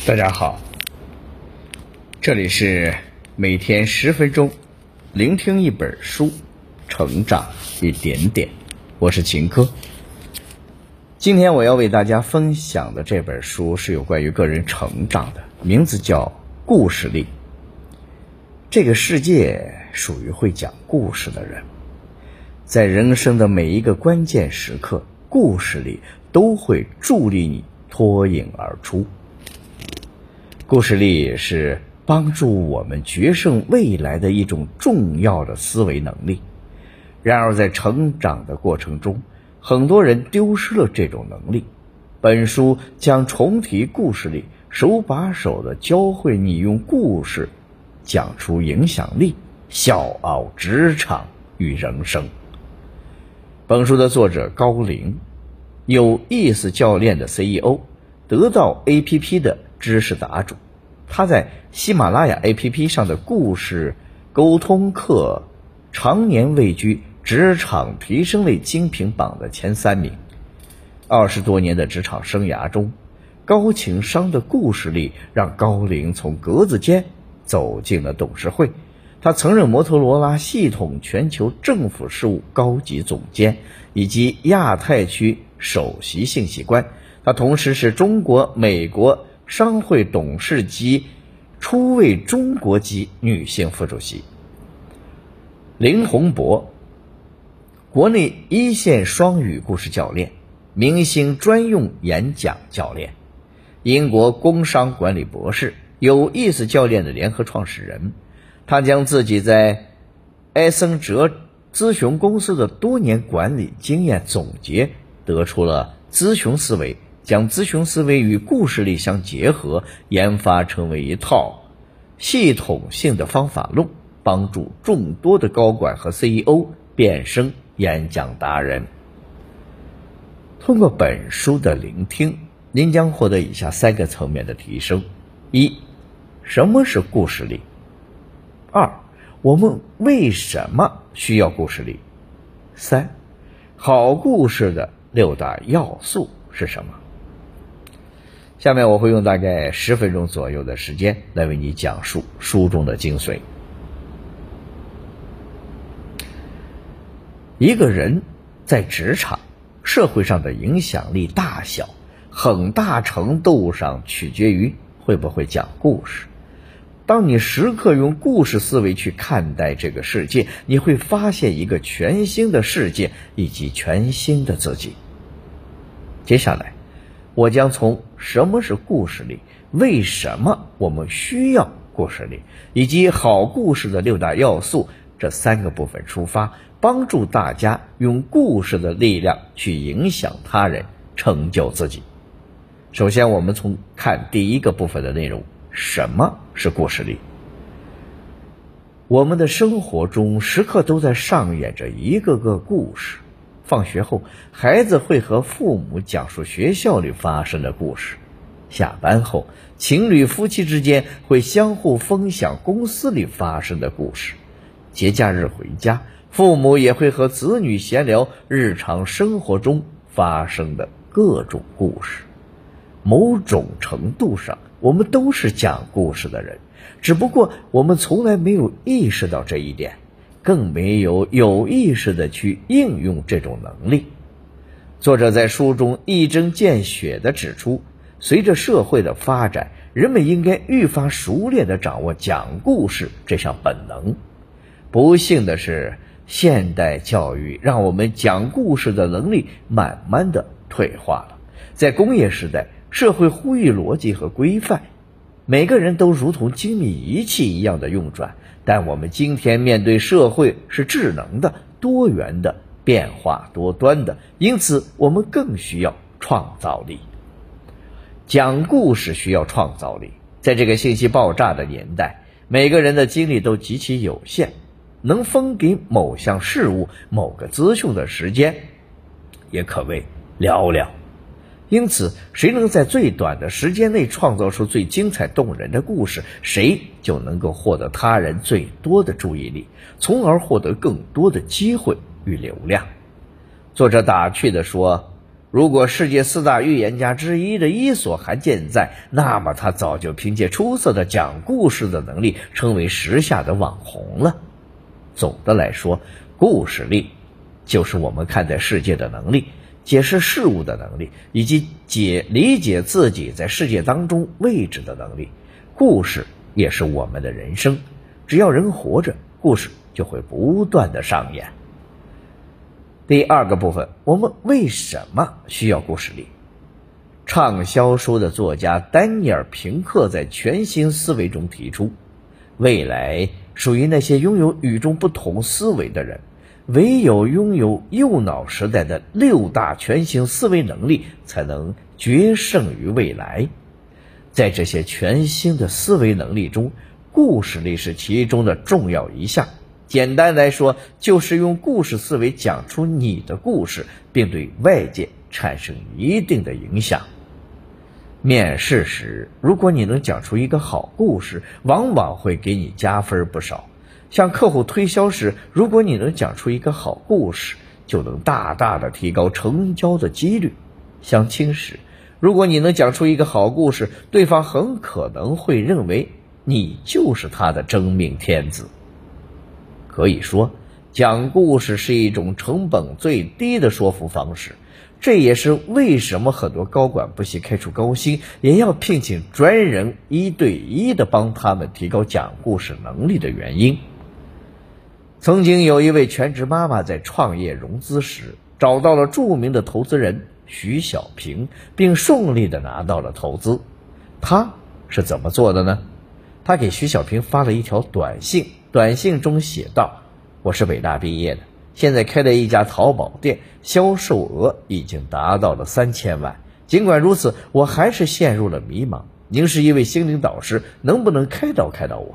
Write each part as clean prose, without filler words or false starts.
大家好，这里是每天10分钟聆听一本书，成长一点点。我是秦科。今天我要为大家分享的这本书是有关于个人成长的，名字叫《故事力》。这个世界属于会讲故事的人，在人生的每一个关键时刻，故事力都会助力你脱颖而出。故事力是帮助我们决胜未来的一种重要的思维能力。然而在成长的过程中，很多人丢失了这种能力。本书将重提故事力，手把手地教会你用故事讲出影响力，笑傲职场与人生。本书的作者高龄，有意思教练的 CEO， 得到 APP 的知识答主。他在喜马拉雅 APP 上的故事沟通课常年位居职场提升类精品榜的前3名。20多年的职场生涯中，高情商的故事力让高龄从格子间走进了董事会。他曾任摩托罗拉系统全球政府事务高级总监以及亚太区首席信息官。他同时是中国、美国商会董事及初为中国籍女性副主席。林洪博，国内一线双语故事教练，明星专用演讲教练，英国工商管理博士，有意思教练的联合创始人。他将自己在埃森哲咨询公司的多年管理经验总结，得出了咨询思维，将咨询思维与故事力相结合，研发成为一套系统性的方法论，帮助众多的高管和 CEO 变身演讲达人。通过本书的聆听，您将获得以下3个层面的提升： 1. 什么是故事力？ 2. 我们为什么需要故事力？ 3. 好故事的6大要素是什么？下面我会用大概10分钟左右的时间来为你讲述书中的精髓。一个人在职场、社会上的影响力大小，很大程度上取决于会不会讲故事。当你时刻用故事思维去看待这个世界，你会发现一个全新的世界以及全新的自己。接下来我将从什么是故事力，为什么我们需要故事力，以及好故事的6大要素这3个部分出发，帮助大家用故事的力量去影响他人，成就自己。首先我们从看第一个部分的内容，什么是故事力？我们的生活中时刻都在上演着一个个故事。放学后，孩子会和父母讲述学校里发生的故事；下班后，情侣夫妻之间会相互分享公司里发生的故事；节假日回家，父母也会和子女闲聊日常生活中发生的各种故事。某种程度上，我们都是讲故事的人，只不过我们从来没有意识到这一点，更没有有意识地去应用这种能力。作者在书中一针见血地指出，随着社会的发展，人们应该愈发熟练地掌握讲故事这项本能。不幸的是，现代教育让我们讲故事的能力慢慢地退化了。在工业时代，社会呼吁逻辑和规范，每个人都如同精密仪器一样的运转，但我们今天面对社会是智能的、多元的、变化多端的，因此我们更需要创造力。讲故事需要创造力。在这个信息爆炸的年代，每个人的精力都极其有限，能分给某项事物、某个资讯的时间也可谓寥寥。因此，谁能在最短的时间内创造出最精彩动人的故事，谁就能够获得他人最多的注意力，从而获得更多的机会与流量。作者打趣地说， 如果世界4大预言家之一的伊索还健在，那么他早就凭借出色的讲故事的能力成为时下的网红了。总的来说，故事力就是我们看待世界的能力，解释事物的能力，以及理解自己在世界当中位置的能力。故事也是我们的人生，只要人活着，故事就会不断的上演。第二个部分，我们为什么需要故事力？畅销书的作家丹尼尔·平克在全新思维中提出，未来属于那些拥有与众不同思维的人，唯有拥有右脑时代的6大全新思维能力，才能决胜于未来。在这些全新的思维能力中，故事力是其中的重要一项。简单来说，就是用故事思维讲出你的故事，并对外界产生一定的影响。面试时，如果你能讲出一个好故事，往往会给你加分不少。向客户推销时，如果你能讲出一个好故事，就能大大的提高成交的几率。相亲时，如果你能讲出一个好故事，对方很可能会认为你就是他的真命天子。可以说，讲故事是一种成本最低的说服方式，这也是为什么很多高管不惜开出高薪，也要聘请专人1对1的帮他们提高讲故事能力的原因。曾经有一位全职妈妈在创业融资时，找到了著名的投资人徐小平，并顺利地拿到了投资。她是怎么做的呢？她给徐小平发了一条短信，短信中写道：我是北大毕业的，现在开了一家淘宝店，销售额已经达到了3000万。尽管如此，我还是陷入了迷茫。您是一位心灵导师，能不能开导我？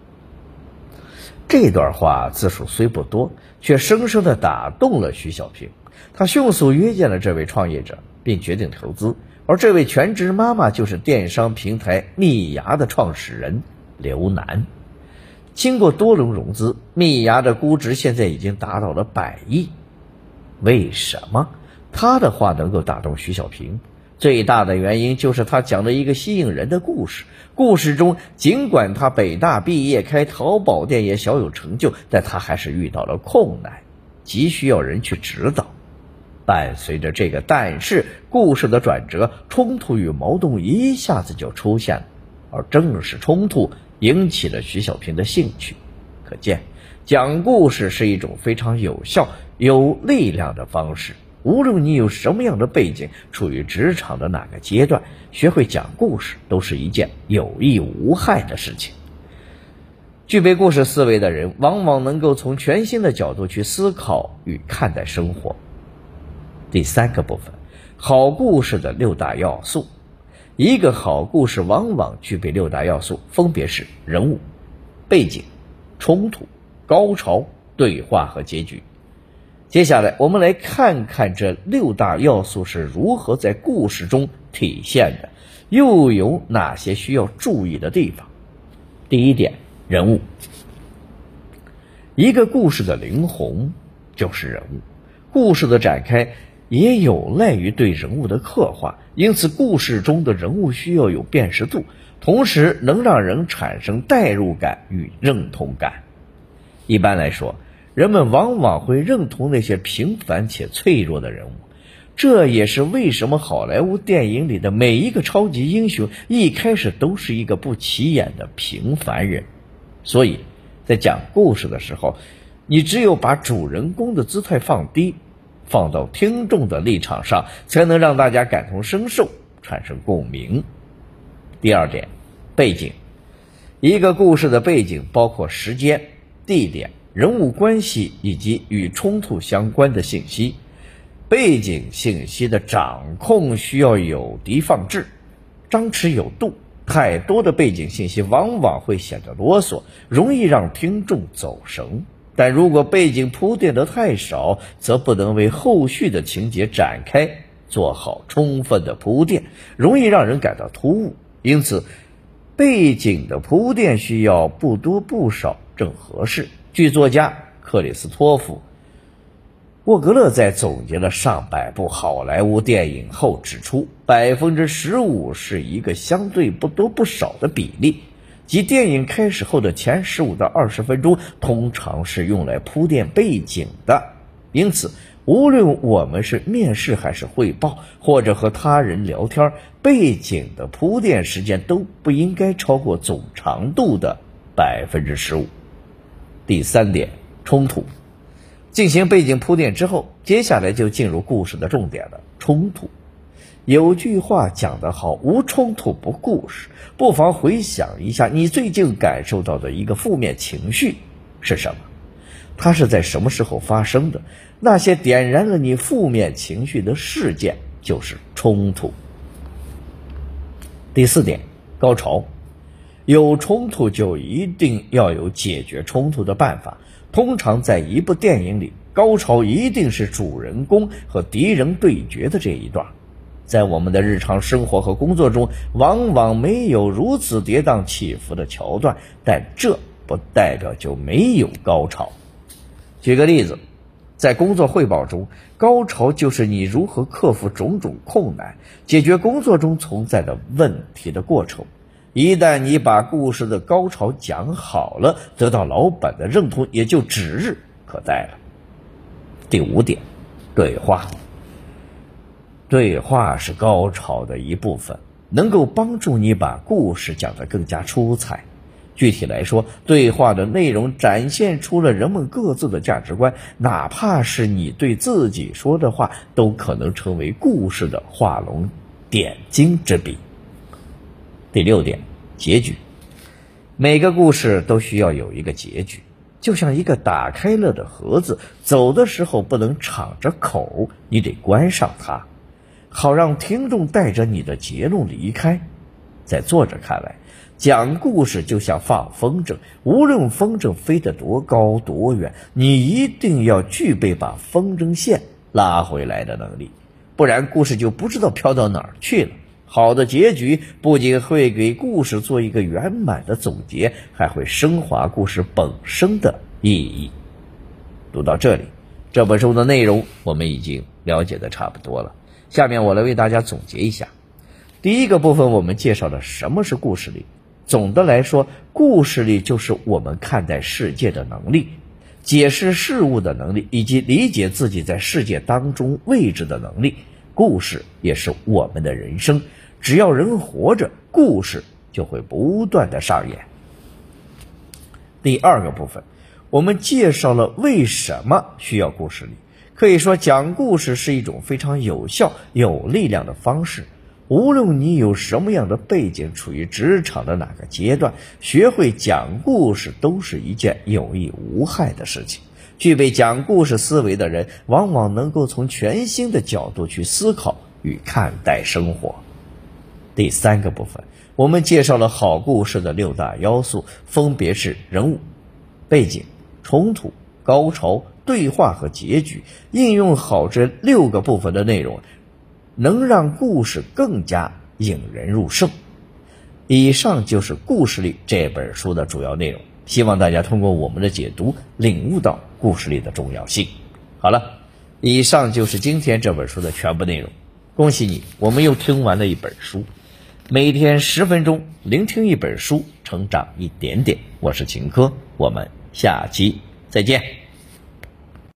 这段话字数虽不多，却深深地打动了徐小平。他迅速约见了这位创业者，并决定投资。而这位全职妈妈就是电商平台蜜芽的创始人刘楠。经过多轮融资，蜜芽的估值现在已经达到了100亿。为什么他的话能够打动徐小平？最大的原因就是他讲了一个吸引人的故事。故事中，尽管他北大毕业，开淘宝店也小有成就，但他还是遇到了困难，急需要人去指导。伴随着这个但是，故事的转折，冲突与矛盾一下子就出现了，而正是冲突引起了徐小平的兴趣。可见，讲故事是一种非常有效、有力量的方式。无论你有什么样的背景，处于职场的哪个阶段，学会讲故事都是一件有益无害的事情。具备故事思维的人，往往能够从全新的角度去思考与看待生活。第三个部分，好故事的6大要素。一个好故事往往具备6大要素，分别是人物、背景、冲突、高潮、对话和结局。接下来我们来看看这6大要素是如何在故事中体现的，又有哪些需要注意的地方。第一点，人物。一个故事的灵魂就是人物，故事的展开也有赖于对人物的刻画，因此故事中的人物需要有辨识度，同时能让人产生代入感与认同感。一般来说，人们往往会认同那些平凡且脆弱的人物，这也是为什么好莱坞电影里的每一个超级英雄一开始都是一个不起眼的平凡人。所以在讲故事的时候，你只有把主人公的姿态放低，放到听众的立场上，才能让大家感同身受，产生共鸣。第二点，背景。一个故事的背景包括时间、地点、人物关系以及与冲突相关的信息。背景信息的掌控需要有的放矢，张弛有度。太多的背景信息往往会显得啰嗦，容易让听众走神。但如果背景铺垫得太少，则不能为后续的情节展开做好充分的铺垫，容易让人感到突兀。因此，背景的铺垫需要不多不少正合适。据作家克里斯托弗沃格勒在总结了上百部好莱坞电影后指出，15%是一个相对不多不少的比例，即电影开始后的前15到20分钟通常是用来铺垫背景的。因此无论我们是面试还是汇报，或者和他人聊天，背景的铺垫时间都不应该超过总长度的15%。第3点，冲突。进行背景铺垫之后，接下来就进入故事的重点了，冲突。有句话讲得好，无冲突不故事。不妨回想一下，你最近感受到的一个负面情绪是什么？它是在什么时候发生的？那些点燃了你负面情绪的事件就是冲突。第4点，高潮。有冲突就一定要有解决冲突的办法。通常在一部电影里，高潮一定是主人公和敌人对决的这一段。在我们的日常生活和工作中，往往没有如此跌宕起伏的桥段，但这不代表就没有高潮。举个例子，在工作汇报中，高潮就是你如何克服种种困难，解决工作中存在的问题的过程。一旦你把故事的高潮讲好了，得到老板的认同也就指日可待了。第5点，对话。对话是高潮的一部分，能够帮助你把故事讲得更加出彩。具体来说，对话的内容展现出了人们各自的价值观，哪怕是你对自己说的话，都可能成为故事的画龙点睛之笔。第6点，结局。每个故事都需要有一个结局，就像一个打开了的盒子，走的时候不能敞着口，你得关上它，好让听众带着你的结论离开。在作者看来，讲故事就像放风筝，无论风筝飞得多高多远，你一定要具备把风筝线拉回来的能力，不然故事就不知道飘到哪儿去了。好的结局不仅会给故事做一个圆满的总结，还会升华故事本身的意义。读到这里，这本书的内容我们已经了解的差不多了，下面我来为大家总结一下。第一个部分，我们介绍了什么是故事力。总的来说，故事力就是我们看待世界的能力，解释事物的能力，以及理解自己在世界当中位置的能力。故事也是我们的人生，只要人活着，故事就会不断的上演。第2个部分，我们介绍了为什么需要故事力。可以说，讲故事是一种非常有效、有力量的方式。无论你有什么样的背景，处于职场的哪个阶段，学会讲故事都是一件有益无害的事情。具备讲故事思维的人，往往能够从全新的角度去思考与看待生活。第3个部分，我们介绍了好故事的6大要素，分别是人物、背景、冲突、高潮、对话和结局。应用好这6个部分的内容，能让故事更加引人入胜。以上就是《故事力》这本书的主要内容，希望大家通过我们的解读，领悟到故事力的重要性。好了，以上就是今天这本书的全部内容。恭喜你，我们又听完了一本书。每天10分钟，聆听一本书，成长一点点。我是秦科，我们下期再见。